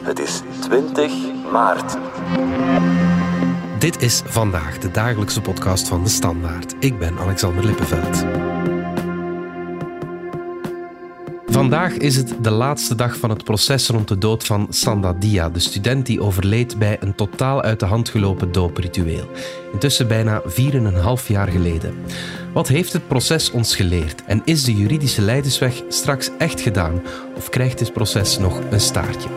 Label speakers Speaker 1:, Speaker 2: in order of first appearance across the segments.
Speaker 1: Het is 20 maart.
Speaker 2: Dit is Vandaag, de dagelijkse podcast van De Standaard. Ik ben Alexander Lippenveld. Vandaag is het de laatste dag van het proces rond de dood van Sanda Dia, de student die overleed bij een totaal uit de hand gelopen doopritueel. Intussen bijna 4,5 jaar geleden. Wat heeft het proces ons geleerd? En is de juridische leidersweg straks echt gedaan? Of krijgt dit proces nog een staartje?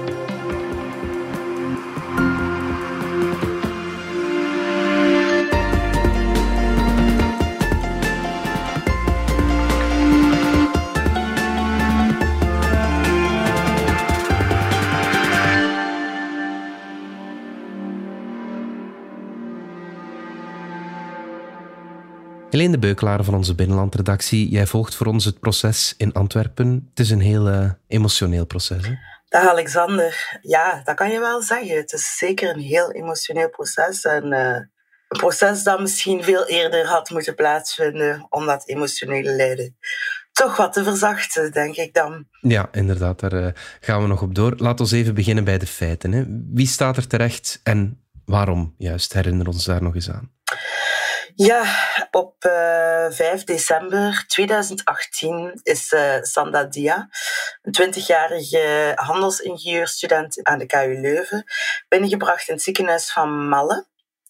Speaker 2: Helene de Beukelaar van onze binnenlandredactie. Jij volgt voor ons het proces in Antwerpen. Het is een heel emotioneel proces, hè?
Speaker 3: Dag Alexander. Ja, dat kan je wel zeggen. Het is zeker een heel emotioneel proces. En een proces dat misschien veel eerder had moeten plaatsvinden om dat emotionele lijden toch wat te verzachten, denk ik dan.
Speaker 2: Ja, inderdaad. Daar gaan we nog op door. Laten we even beginnen bij de feiten, hè. Wie staat er terecht en waarom? Juist, herinner ons daar nog eens aan.
Speaker 3: Ja, op 5 december 2018 is Sanda Dia, een 20-jarige handelsingenieurstudent aan de KU Leuven, binnengebracht in het ziekenhuis van Malle.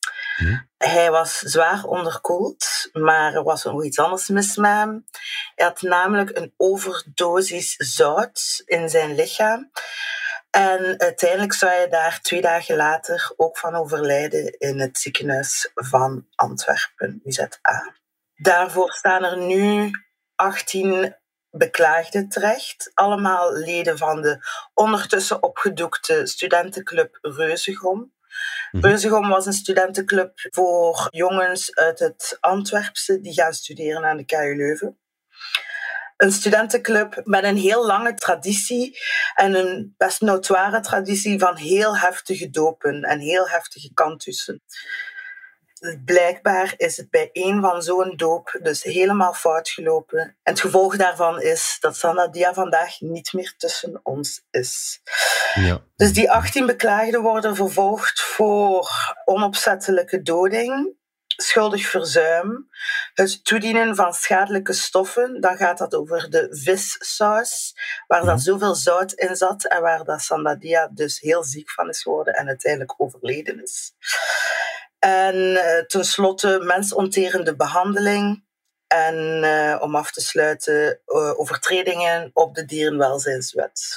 Speaker 3: Hij was zwaar onderkoeld, maar er was nog iets anders mis met hem. Hij had namelijk een overdosis zout in zijn lichaam. En uiteindelijk zou hij daar 2 dagen later ook van overlijden in het ziekenhuis van Antwerpen, UZA. Daarvoor staan er nu 18 beklaagden terecht. Allemaal leden van de ondertussen opgedoekte studentenclub Reuzegom. Reuzegom was een studentenclub voor jongens uit het Antwerpse die gaan studeren aan de KU Leuven. Een studentenclub met een heel lange traditie en een best notoire traditie van heel heftige dopen en heel heftige kantussen. Blijkbaar is het bij één van zo'n doop dus helemaal fout gelopen. En het gevolg daarvan is dat Sanda Dia vandaag niet meer tussen ons is.
Speaker 2: Ja.
Speaker 3: Dus die 18 beklaagden worden vervolgd voor onopzettelijke doding, schuldig verzuim, het toedienen van schadelijke stoffen. Dan gaat dat over de vissaus, waar dat zoveel zout in zat en waar dat Sanda Dia dus heel ziek van is geworden en uiteindelijk overleden is. En tenslotte mensonterende behandeling en om af te sluiten overtredingen op de dierenwelzijnswet.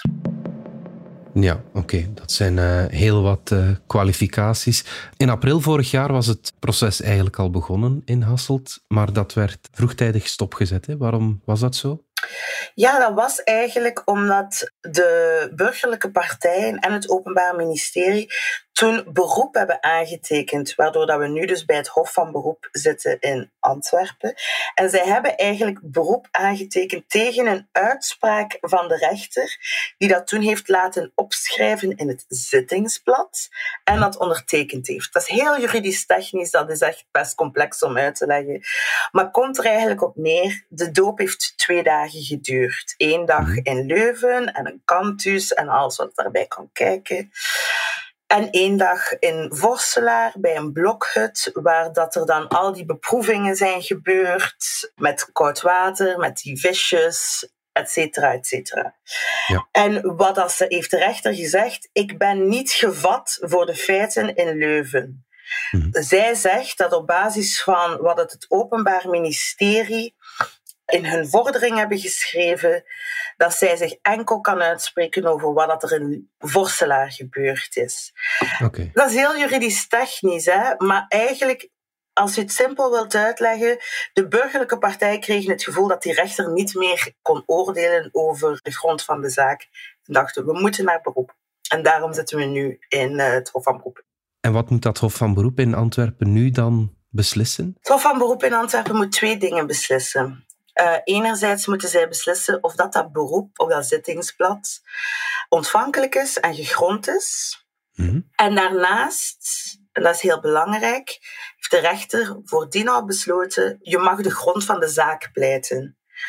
Speaker 2: Ja, oké. Dat zijn heel wat kwalificaties. In april vorig jaar was het proces eigenlijk al begonnen in Hasselt, maar dat werd vroegtijdig stopgezet. Hè? Waarom was dat zo?
Speaker 3: Ja, dat was eigenlijk omdat de burgerlijke partijen en het Openbaar Ministerie toen beroep hebben aangetekend, waardoor dat we nu dus bij het Hof van Beroep zitten in Antwerpen. En zij hebben eigenlijk beroep aangetekend tegen een uitspraak van de rechter, die dat toen heeft laten opschrijven in het zittingsblad en dat ondertekend heeft. Dat is heel juridisch technisch, dat is echt best complex om uit te leggen. Maar het komt er eigenlijk op neer, de doop heeft 2 dagen geduurd. 1 dag in Leuven en een kantus en alles wat daarbij kan kijken. En 1 dag in Vorselaar bij een blokhut, waar dat er dan al die beproevingen zijn gebeurd met koud water, met die visjes, et cetera, et cetera.
Speaker 2: Ja.
Speaker 3: En heeft de rechter gezegd, ik ben niet gevat voor de feiten in Leuven. Zij zegt dat op basis van wat het Openbaar Ministerie in hun vordering hebben geschreven, dat zij zich enkel kan uitspreken over wat er in Vorselaar gebeurd is.
Speaker 2: Okay.
Speaker 3: Dat is heel juridisch technisch, hè? Maar eigenlijk, als je het simpel wilt uitleggen, de burgerlijke partijen kregen het gevoel dat die rechter niet meer kon oordelen over de grond van de zaak. En dachten, we moeten naar beroep. En daarom zitten we nu in het Hof van Beroep.
Speaker 2: En wat moet dat Hof van Beroep in Antwerpen nu dan beslissen?
Speaker 3: Het Hof van Beroep in Antwerpen moet 2 dingen beslissen. Enerzijds moeten zij beslissen of dat beroep op dat zittingsblad ontvankelijk is en gegrond is. En daarnaast, en dat is heel belangrijk, heeft de rechter voordien al besloten, je mag de grond van de zaak pleiten.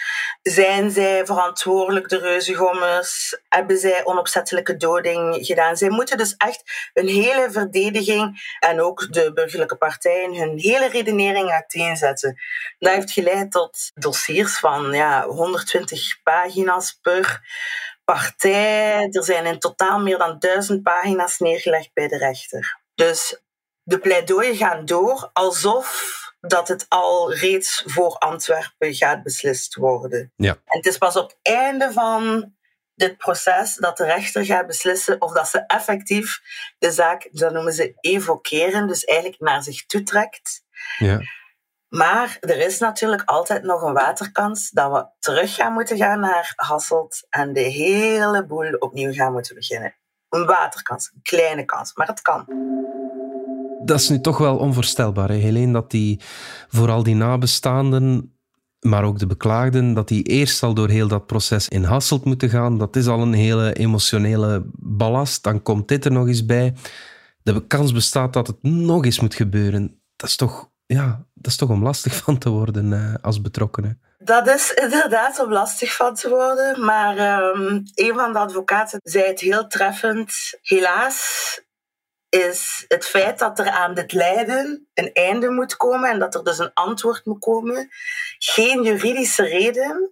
Speaker 3: Zijn zij verantwoordelijk, de Reuzengommers? Hebben zij onopzettelijke doding gedaan? Zij moeten dus echt een hele verdediging en ook de burgerlijke partijen hun hele redenering uiteenzetten. Dat heeft geleid tot dossiers van 120 pagina's per partij. Er zijn in totaal meer dan 1000 pagina's neergelegd bij de rechter. Dus de pleidooien gaan door alsof dat het al reeds voor Antwerpen gaat beslist worden.
Speaker 2: Ja.
Speaker 3: En het is pas op het einde van dit proces dat de rechter gaat beslissen of dat ze effectief de zaak, dat noemen ze evokeren, dus eigenlijk naar zich toe trekt.
Speaker 2: Ja.
Speaker 3: Maar er is natuurlijk altijd nog een waterkans dat we terug gaan moeten gaan naar Hasselt en de hele boel opnieuw gaan moeten beginnen. Een waterkans, een kleine kans, maar het kan.
Speaker 2: Dat is nu toch wel onvoorstelbaar, hè, Helene, dat vooral die nabestaanden, maar ook de beklaagden, dat die eerst al door heel dat proces in Hasselt moeten gaan. Dat is al een hele emotionele ballast. Dan komt dit er nog eens bij. De kans bestaat dat het nog eens moet gebeuren. Dat is toch om lastig van te worden als betrokkenen.
Speaker 3: Dat is inderdaad om lastig van te worden, maar een van de advocaten zei het heel treffend. Helaas is het feit dat er aan dit lijden een einde moet komen en dat er dus een antwoord moet komen, geen juridische reden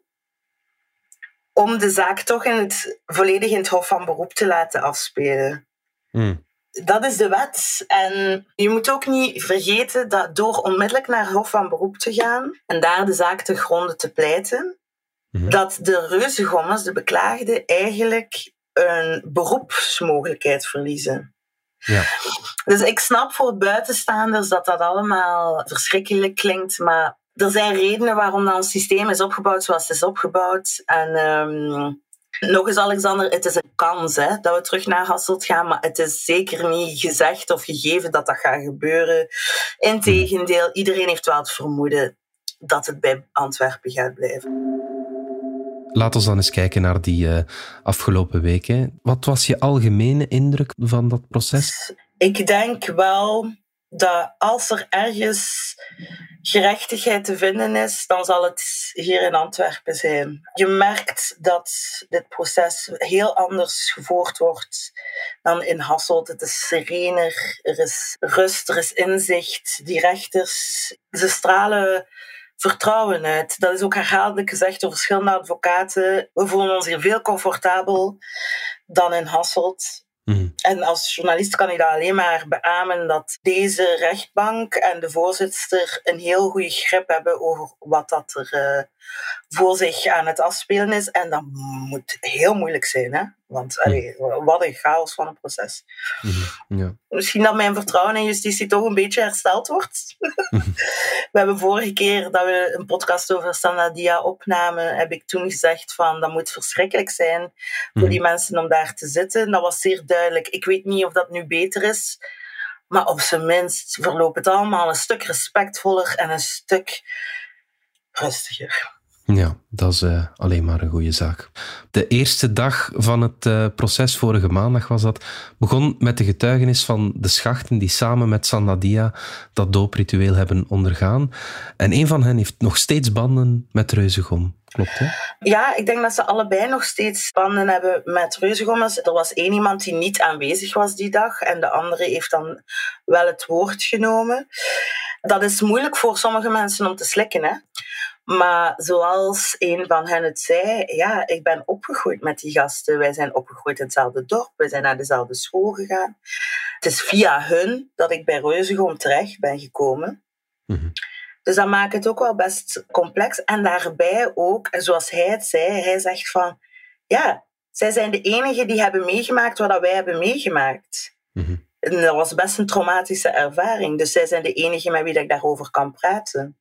Speaker 3: om de zaak toch volledig in het Hof van Beroep te laten afspelen. Dat is de wet. En je moet ook niet vergeten dat door onmiddellijk naar het Hof van Beroep te gaan en daar de zaak te gronden te pleiten, dat de Reuzengommers, de beklaagden, eigenlijk een beroepsmogelijkheid verliezen.
Speaker 2: Ja.
Speaker 3: Dus ik snap voor buitenstaanders dat allemaal verschrikkelijk klinkt, maar er zijn redenen waarom dan ons systeem is opgebouwd zoals het is opgebouwd. En nog eens, Alexander, het is een kans dat we terug naar Hasselt gaan, maar het is zeker niet gezegd of gegeven dat dat gaat gebeuren. Integendeel, iedereen heeft wel het vermoeden dat het bij Antwerpen gaat blijven.
Speaker 2: Laten we dan eens kijken naar die afgelopen weken. Wat was je algemene indruk van dat proces?
Speaker 3: Ik denk wel dat als er ergens gerechtigheid te vinden is, dan zal het hier in Antwerpen zijn. Je merkt dat dit proces heel anders gevoerd wordt dan in Hasselt. Het is serener, er is rust, er is inzicht. Die rechters, ze stralen vertrouwen uit. Dat is ook herhaaldelijk gezegd door verschillende advocaten. We voelen ons hier veel comfortabel dan in Hasselt. En als journalist kan ik dat alleen maar beamen dat deze rechtbank en de voorzitter een heel goede grip hebben over wat dat er voor zich aan het afspelen is. En dat moet heel moeilijk zijn, hè? Want wat een chaos van een proces.
Speaker 2: Ja.
Speaker 3: Misschien dat mijn vertrouwen in justitie toch een beetje hersteld wordt. We hebben vorige keer dat we een podcast over Sanda Dia opnamen, heb ik toen gezegd van dat moet verschrikkelijk zijn voor die mensen om daar te zitten. Dat was zeer duidelijk. Ik weet niet of dat nu beter is, maar op zijn minst verloopt het allemaal een stuk respectvoller en een stuk rustiger.
Speaker 2: Ja, dat is alleen maar een goede zaak. De eerste dag van het proces, vorige maandag was dat, begon met de getuigenis van de Schachten die samen met Sanda Dia dat doopritueel hebben ondergaan. En een van hen heeft nog steeds banden met Reuzegom. Klopt, hè?
Speaker 3: Ja, ik denk dat ze allebei nog steeds banden hebben met Reuzengommers. Er was één iemand die niet aanwezig was die dag en de andere heeft dan wel het woord genomen. Dat is moeilijk voor sommige mensen om te slikken, hè. Maar zoals een van hen het zei, ja, ik ben opgegroeid met die gasten. Wij zijn opgegroeid in hetzelfde dorp, wij zijn naar dezelfde school gegaan. Het is via hun dat ik bij Reuzegom terecht ben gekomen. Dus dat maakt het ook wel best complex. En daarbij ook, zoals hij het zei, hij zegt van, ja, zij zijn de enigen die hebben meegemaakt wat wij hebben meegemaakt. En dat was best een traumatische ervaring. Dus zij zijn de enigen met wie ik daarover kan praten.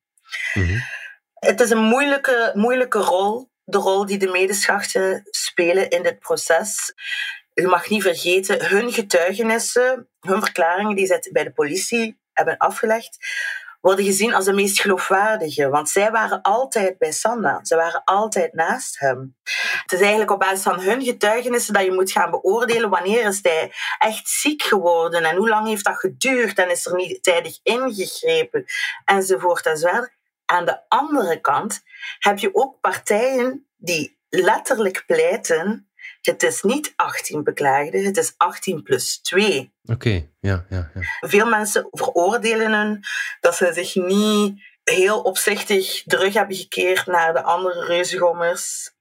Speaker 3: Het is een moeilijke rol, de rol die de medeschachten spelen in dit proces. U mag niet vergeten, hun getuigenissen, hun verklaringen die zij bij de politie hebben afgelegd, worden gezien als de meest geloofwaardige. Want zij waren altijd bij Sanda. Ze waren altijd naast hem. Het is eigenlijk op basis van hun getuigenissen dat je moet gaan beoordelen wanneer is hij echt ziek geworden en hoe lang heeft dat geduurd en is er niet tijdig ingegrepen enzovoort enzovoort. Aan de andere kant heb je ook partijen die letterlijk pleiten, het is niet 18 beklaagden, het is 18 plus 2.
Speaker 2: Oké, ja.
Speaker 3: Veel mensen veroordelen hun dat ze zich niet heel opzichtig terug hebben gekeerd naar de andere reuzengommers.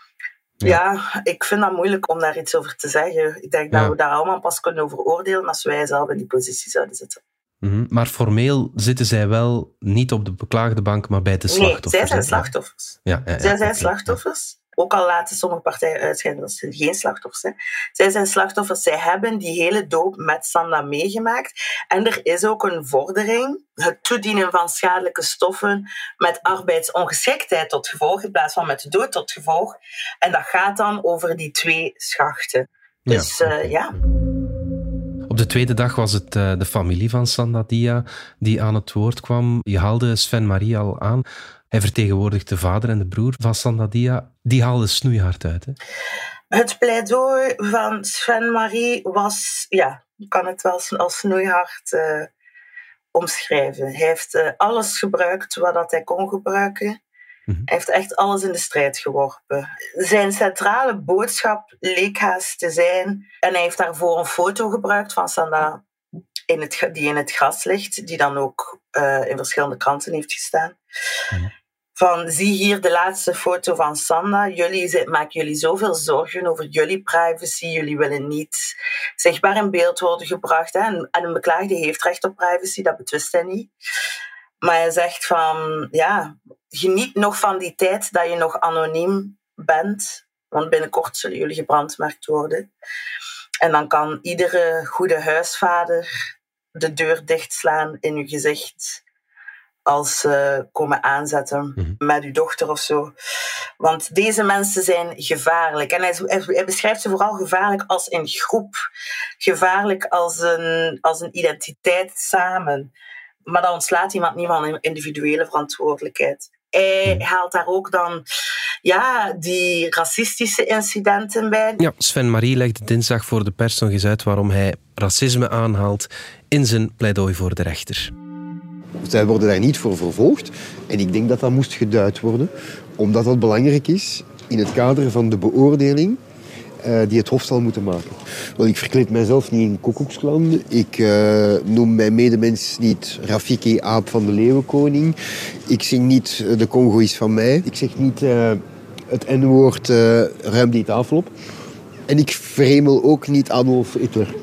Speaker 3: Ja, ik vind dat moeilijk om daar iets over te zeggen. Ik denk dat we daar allemaal pas kunnen over oordelen als wij zelf in die positie zouden zitten.
Speaker 2: Maar formeel zitten zij wel niet op de beklaagde bank, maar bij de slachtoffers.
Speaker 3: Nee, zij zijn slachtoffers. Zij zijn slachtoffers. Ook al laten sommige partijen uitschijnen dat ze geen slachtoffers zijn. Zij zijn slachtoffers. Zij hebben die hele doop met Sanda meegemaakt. En er is ook een vordering. Het toedienen van schadelijke stoffen met arbeidsongeschiktheid tot gevolg, in plaats van met de dood tot gevolg. En dat gaat dan over die 2 schachten. Dus ja.
Speaker 2: Op de tweede dag was het de familie van Sanda Dia die aan het woord kwam. Je haalde Sven-Marie al aan. Hij vertegenwoordigt de vader en de broer van Sanda Dia. Die haalde snoeihard uit. Hè?
Speaker 3: Het pleidooi van Sven-Marie was, ik kan het wel als snoeihard omschrijven. Hij heeft alles gebruikt wat hij kon gebruiken. Hij heeft echt alles in de strijd geworpen. Zijn centrale boodschap leek haast te zijn, en hij heeft daarvoor een foto gebruikt van Sanda die in het gras ligt, die dan ook in verschillende kranten heeft gestaan. Van, zie hier de laatste foto van Sanda. Maken jullie zoveel zorgen over jullie privacy. Jullie willen niet zichtbaar in beeld worden gebracht. Hè? En een beklaagde heeft recht op privacy, dat betwist hij niet. Maar hij zegt van, geniet nog van die tijd dat je nog anoniem bent. Want binnenkort zullen jullie gebrandmerkt worden. En dan kan iedere goede huisvader de deur dichtslaan in je gezicht als ze komen aanzetten met uw dochter of zo. Want deze mensen zijn gevaarlijk. En hij beschrijft ze vooral gevaarlijk als een groep. Gevaarlijk als een identiteit samen. Maar dat ontslaat iemand niet van een individuele verantwoordelijkheid. Hij haalt daar ook dan die racistische incidenten bij.
Speaker 2: Ja, Sven-Marie legde dinsdag voor de pers nog eens uit waarom hij racisme aanhaalt in zijn pleidooi voor de rechter.
Speaker 4: Zij worden daar niet voor vervolgd. En ik denk dat dat moest geduid worden. Omdat dat belangrijk is in het kader van de beoordeling die het Hof zal moeten maken. Want ik verkleed mijzelf niet in Koekoeksklan. Ik noem mijn medemens niet Rafiki Aap van de Leeuwenkoning. Ik zing niet de Congo is van mij. Ik zeg niet het N-woord ruim die tafel op. En ik verhemel ook niet Adolf Hitler.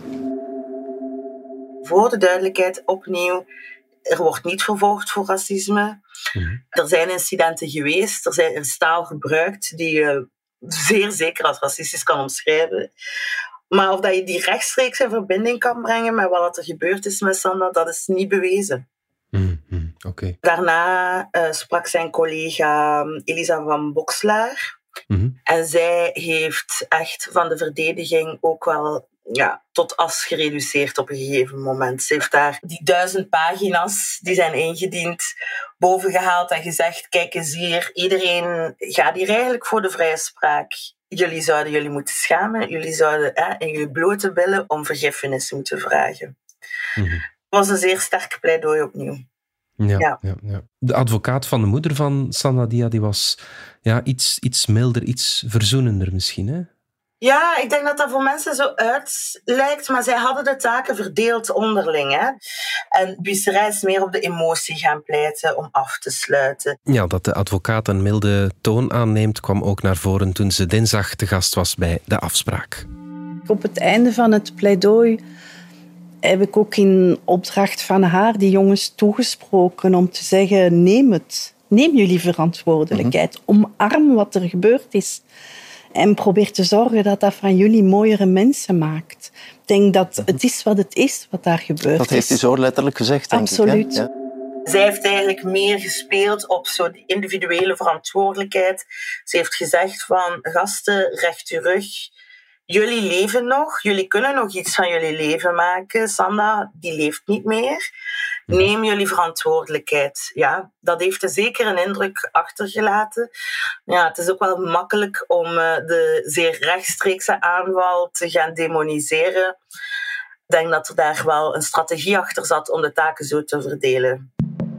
Speaker 3: Voor de duidelijkheid opnieuw. Er wordt niet vervolgd voor racisme. Er zijn incidenten geweest. Er is taal gebruikt die je zeer zeker als racistisch kan omschrijven. Maar of dat je die rechtstreeks in verbinding kan brengen met wat er gebeurd is met Sanda, dat is niet bewezen.
Speaker 2: Okay.
Speaker 3: Daarna sprak zijn collega Elisa van Boxlaar. En zij heeft echt van de verdediging ook wel tot as gereduceerd op een gegeven moment. Ze heeft daar die 1000 pagina's die zijn ingediend bovengehaald en gezegd, kijk eens hier, iedereen gaat hier eigenlijk voor de vrijspraak. Jullie zouden jullie moeten schamen. Jullie zouden in jullie blote billen om vergiffenis moeten vragen. Het was een zeer sterk pleidooi opnieuw.
Speaker 2: Ja. De advocaat van de moeder van Sanda Dia die was iets milder, iets verzoenender misschien, hè?
Speaker 3: Ja, ik denk dat dat voor mensen zo uit lijkt, maar zij hadden de taken verdeeld onderling. Hè? En Buisseret is meer op de emotie gaan pleiten om af te sluiten.
Speaker 2: Ja, dat de advocaat een milde toon aanneemt, kwam ook naar voren toen ze dinsdag te gast was bij de afspraak.
Speaker 5: Op het einde van het pleidooi heb ik ook in opdracht van haar die jongens toegesproken om te zeggen, neem het. Neem jullie verantwoordelijkheid. Omarm wat er gebeurd is. En probeer te zorgen dat dat van jullie mooiere mensen maakt. Ik denk dat het is wat daar gebeurt.
Speaker 6: Dat heeft u zo letterlijk gezegd, denk
Speaker 5: Absoluut.
Speaker 6: ik. Hè? Ja.
Speaker 3: Zij heeft eigenlijk meer gespeeld op zo die individuele verantwoordelijkheid. Ze heeft gezegd van, gasten, recht uw rug. Jullie leven nog. Jullie kunnen nog iets van jullie leven maken. Sanda, die leeft niet meer. Neem jullie verantwoordelijkheid. Ja, dat heeft er zeker een indruk achtergelaten. Ja, het is ook wel makkelijk om de zeer rechtstreekse aanval te gaan demoniseren. Ik denk dat er daar wel een strategie achter zat om de taken zo te verdelen.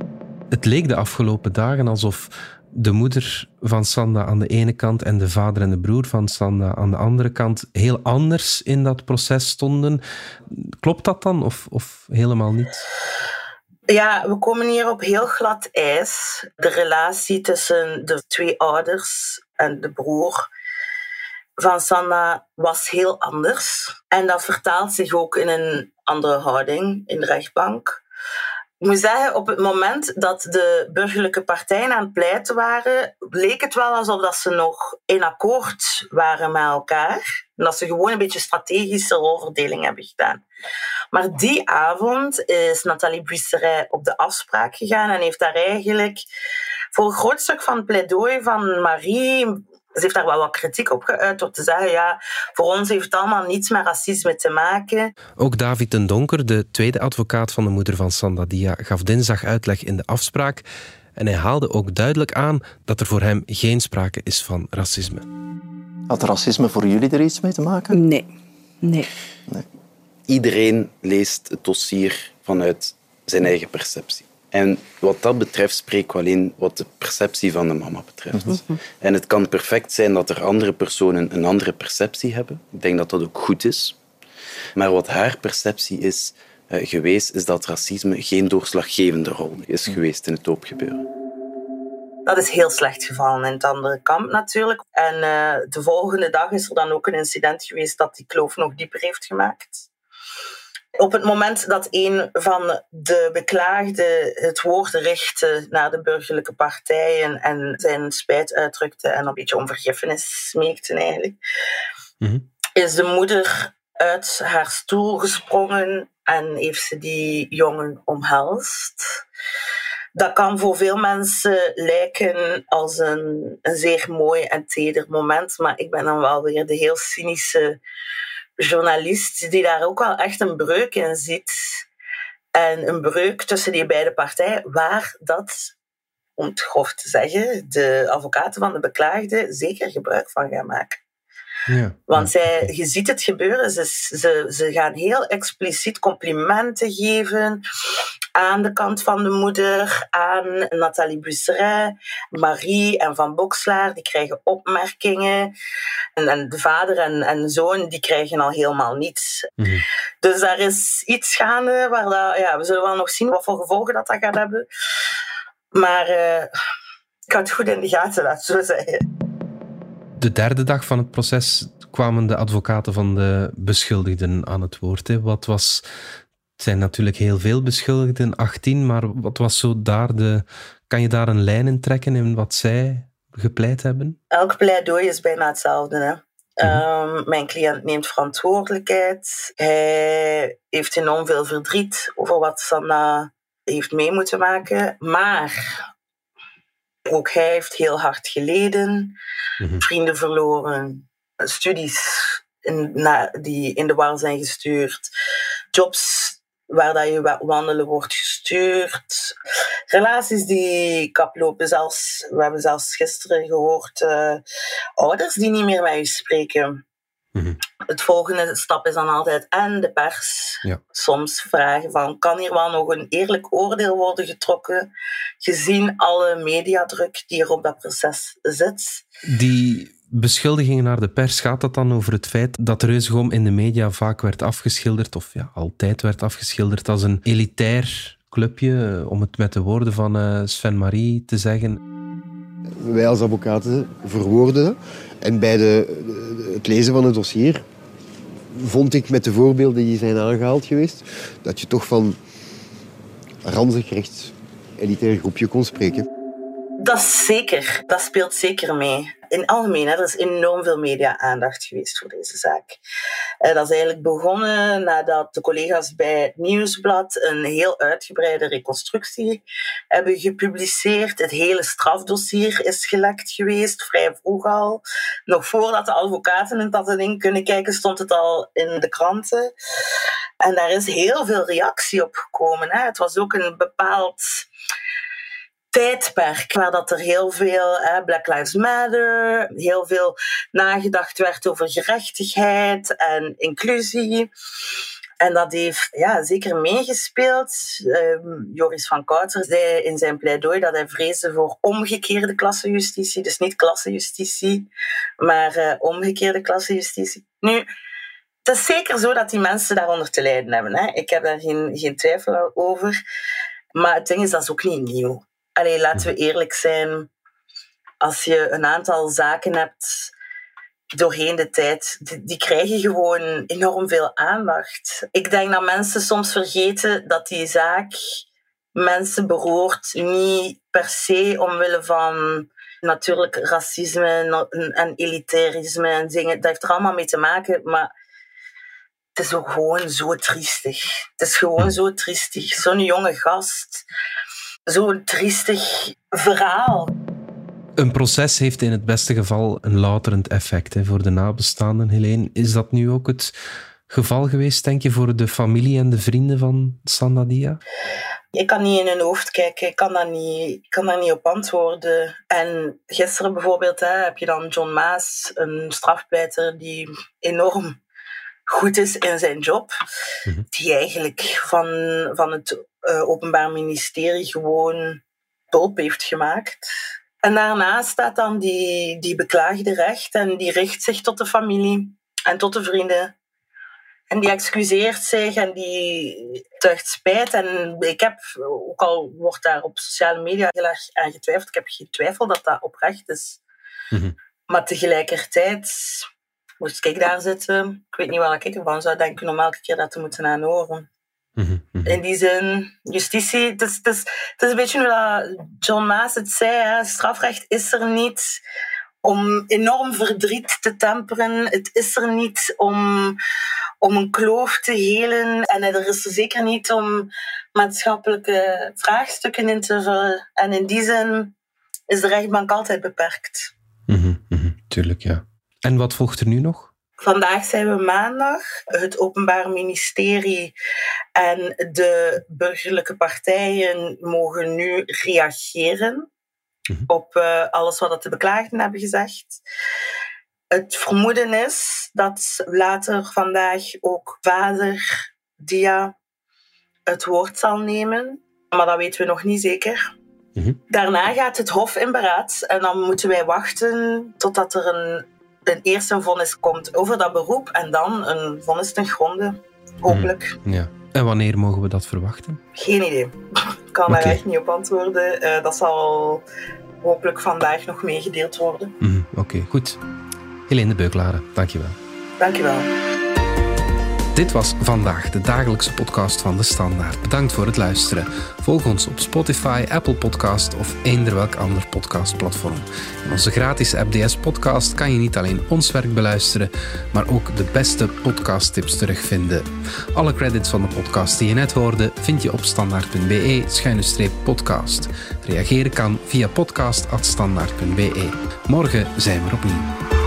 Speaker 2: Het leek de afgelopen dagen alsof de moeder van Sanda aan de ene kant en de vader en de broer van Sanda aan de andere kant heel anders in dat proces stonden. Klopt dat dan of helemaal niet?
Speaker 3: Ja, we komen hier op heel glad ijs. De relatie tussen de twee ouders en de broer van Sanda was heel anders. En dat vertaalt zich ook in een andere houding in de rechtbank. Ik moet zeggen, op het moment dat de burgerlijke partijen aan het pleiten waren, leek het wel alsof dat ze nog in akkoord waren met elkaar. En dat ze gewoon een beetje strategische rolverdeling hebben gedaan. Maar die avond is Nathalie Buisseret op de afspraak gegaan en heeft daar eigenlijk voor een groot stuk van het pleidooi van Marie... Ze heeft daar wel wat kritiek op geuit door te zeggen, ja, voor ons heeft het allemaal niets met racisme te maken.
Speaker 2: Ook David den Donker, de tweede advocaat van de moeder van Sanda Dia, gaf dinsdag uitleg in de afspraak. En hij haalde ook duidelijk aan dat er voor hem geen sprake is van racisme.
Speaker 6: Had racisme voor jullie er iets mee te maken?
Speaker 5: Nee.
Speaker 7: Iedereen leest het dossier vanuit zijn eigen perceptie. En wat dat betreft spreek ik alleen wat de perceptie van de mama betreft. En het kan perfect zijn dat er andere personen een andere perceptie hebben. Ik denk dat dat ook goed is. Maar wat haar perceptie is geweest, is dat racisme geen doorslaggevende rol is geweest in het doopgebeuren.
Speaker 3: Dat is heel slecht gevallen in het andere kamp natuurlijk. En de volgende dag is er dan ook een incident geweest dat die kloof nog dieper heeft gemaakt. Op het moment dat een van de beklaagden het woord richtte naar de burgerlijke partijen en zijn spijt uitdrukte en een beetje om vergiffenis smeekte eigenlijk, is de moeder uit haar stoel gesprongen en heeft ze die jongen omhelst. Dat kan voor veel mensen lijken als een zeer mooi en teder moment, maar ik ben dan wel weer de heel cynische journalist die daar ook wel echt een breuk in ziet. En een breuk tussen die beide partijen, waar dat, om het grof te zeggen, de advocaten van de beklaagde zeker gebruik van gaan maken.
Speaker 2: Ja.
Speaker 3: Want je ziet het gebeuren, ze gaan heel expliciet complimenten geven aan de kant van de moeder, aan Nathalie Buisseret, Marie en Van Boxelaar, die krijgen opmerkingen. En de vader en zoon, die krijgen al helemaal niets. Dus daar is iets gaande, waar we zullen wel nog zien wat voor gevolgen dat gaat hebben. Maar ik had het goed in de gaten, laat ik zo zeggen.
Speaker 2: De derde dag van het proces kwamen de advocaten van de beschuldigden aan het woord. Het zijn natuurlijk heel veel beschuldigden, 18, maar wat was zo kan je daar een lijn in trekken in wat zij gepleit hebben?
Speaker 3: Elk pleidooi is bijna hetzelfde, hè? Mijn cliënt neemt verantwoordelijkheid. Hij heeft enorm veel verdriet over wat Sanda heeft mee moeten maken. Maar ook hij heeft heel hard geleden. Vrienden verloren. Studies die in de war zijn gestuurd. Jobs waar dat je wandelen wordt gestuurd. Relaties die kaplopen. We hebben zelfs gisteren gehoord ouders die niet meer met je spreken. Het volgende stap is dan altijd en de pers. Ja. Soms vragen van, kan hier wel nog een eerlijk oordeel worden getrokken, gezien alle mediadruk die er op dat proces zit?
Speaker 2: Die beschuldigingen naar de pers, gaat dat dan over het feit dat Reuzegom in de media vaak werd afgeschilderd, of altijd werd afgeschilderd, als een elitair clubje, om het met de woorden van Sven Marie te zeggen?
Speaker 4: Wij als advocaten verwoorden. En bij het lezen van het dossier vond ik met de voorbeelden die zijn aangehaald geweest, dat je toch van ranzig rechts elitair groepje kon spreken.
Speaker 3: Dat is zeker. Dat speelt zeker mee. In het algemeen, er is enorm veel media-aandacht geweest voor deze zaak. Dat is eigenlijk begonnen nadat de collega's bij het Nieuwsblad een heel uitgebreide reconstructie hebben gepubliceerd. Het hele strafdossier is gelekt geweest, vrij vroeg al. Nog voordat de advocaten in dat ding kunnen kijken, stond het al in de kranten. En daar is heel veel reactie op gekomen. Het was ook een bepaald tijdperk waar dat er heel veel Black Lives Matter, heel veel nagedacht werd over gerechtigheid en inclusie. En dat heeft zeker meegespeeld. Joris van Kouter zei in zijn pleidooi dat hij vreesde voor omgekeerde klassenjustitie. Dus niet klassenjustitie, maar omgekeerde klassenjustitie. Nu, het is zeker zo dat die mensen daaronder te lijden hebben. Hè. Ik heb daar geen twijfel over. Maar het ding is, dat is ook niet nieuw. Allee, laten we eerlijk zijn. Als je een aantal zaken hebt doorheen de tijd, die krijgen gewoon enorm veel aandacht. Ik denk dat mensen soms vergeten dat die zaak mensen beroert, niet per se omwille van natuurlijk racisme en elitarisme en dingen. Dat heeft er allemaal mee te maken, maar het is ook gewoon zo triestig. Het is gewoon zo triestig. Zo'n jonge gast. Zo'n triestig verhaal.
Speaker 2: Een proces heeft in het beste geval een louterend effect voor de nabestaanden, Helene. Is dat nu ook het geval geweest, denk je, voor de familie en de vrienden van Sanda Dia?
Speaker 3: Ik kan niet in hun hoofd kijken, ik kan daar niet op antwoorden. En gisteren bijvoorbeeld heb je dan John Maas, een strafpleiter die enorm goed is in zijn job, die eigenlijk van het Openbaar Ministerie gewoon pulp heeft gemaakt. En daarna staat dan die beklaagde recht en die richt zich tot de familie en tot de vrienden. En die excuseert zich en die tuigt spijt. En ik heb, ook al wordt daar op sociale media heel erg aan getwijfeld, ik heb geen twijfel dat dat oprecht is. Maar tegelijkertijd moest ik daar zitten. Ik weet niet wat ik ervan zou denken om elke keer dat te moeten aanhoren. In die zin, justitie, het is een beetje hoe John Maas het zei, hè. Strafrecht is er niet om enorm verdriet te temperen. Het is er niet om een kloof te helen. En er is er zeker niet om maatschappelijke vraagstukken in te vullen. En in die zin is de rechtbank altijd beperkt.
Speaker 2: Tuurlijk, ja. En wat volgt er nu nog?
Speaker 3: Vandaag zijn we maandag. Het Openbaar Ministerie en de burgerlijke partijen mogen nu reageren op alles wat de beklaagden hebben gezegd. Het vermoeden is dat later vandaag ook vader Dia het woord zal nemen, maar dat weten we nog niet zeker. Daarna gaat het Hof in beraad en dan moeten wij wachten totdat er een eerste vonnis komt over dat beroep en dan een vonnis ten gronde, hopelijk.
Speaker 2: Ja. En wanneer mogen we dat verwachten?
Speaker 3: Geen idee. Ik kan daar echt niet op antwoorden. Dat zal hopelijk vandaag nog meegedeeld worden.
Speaker 2: Oké, goed. Helene de Beukelare, dankjewel.
Speaker 3: Dankjewel.
Speaker 2: Dit was Vandaag, de dagelijkse podcast van De Standaard. Bedankt voor het luisteren. Volg ons op Spotify, Apple Podcast of eender welk ander podcastplatform. In onze gratis app DS Podcast kan je niet alleen ons werk beluisteren, maar ook de beste podcasttips terugvinden. Alle credits van de podcast die je net hoorde vind je op standaard.be/podcast. Reageren kan via podcast@standaard.be. Morgen zijn we er opnieuw.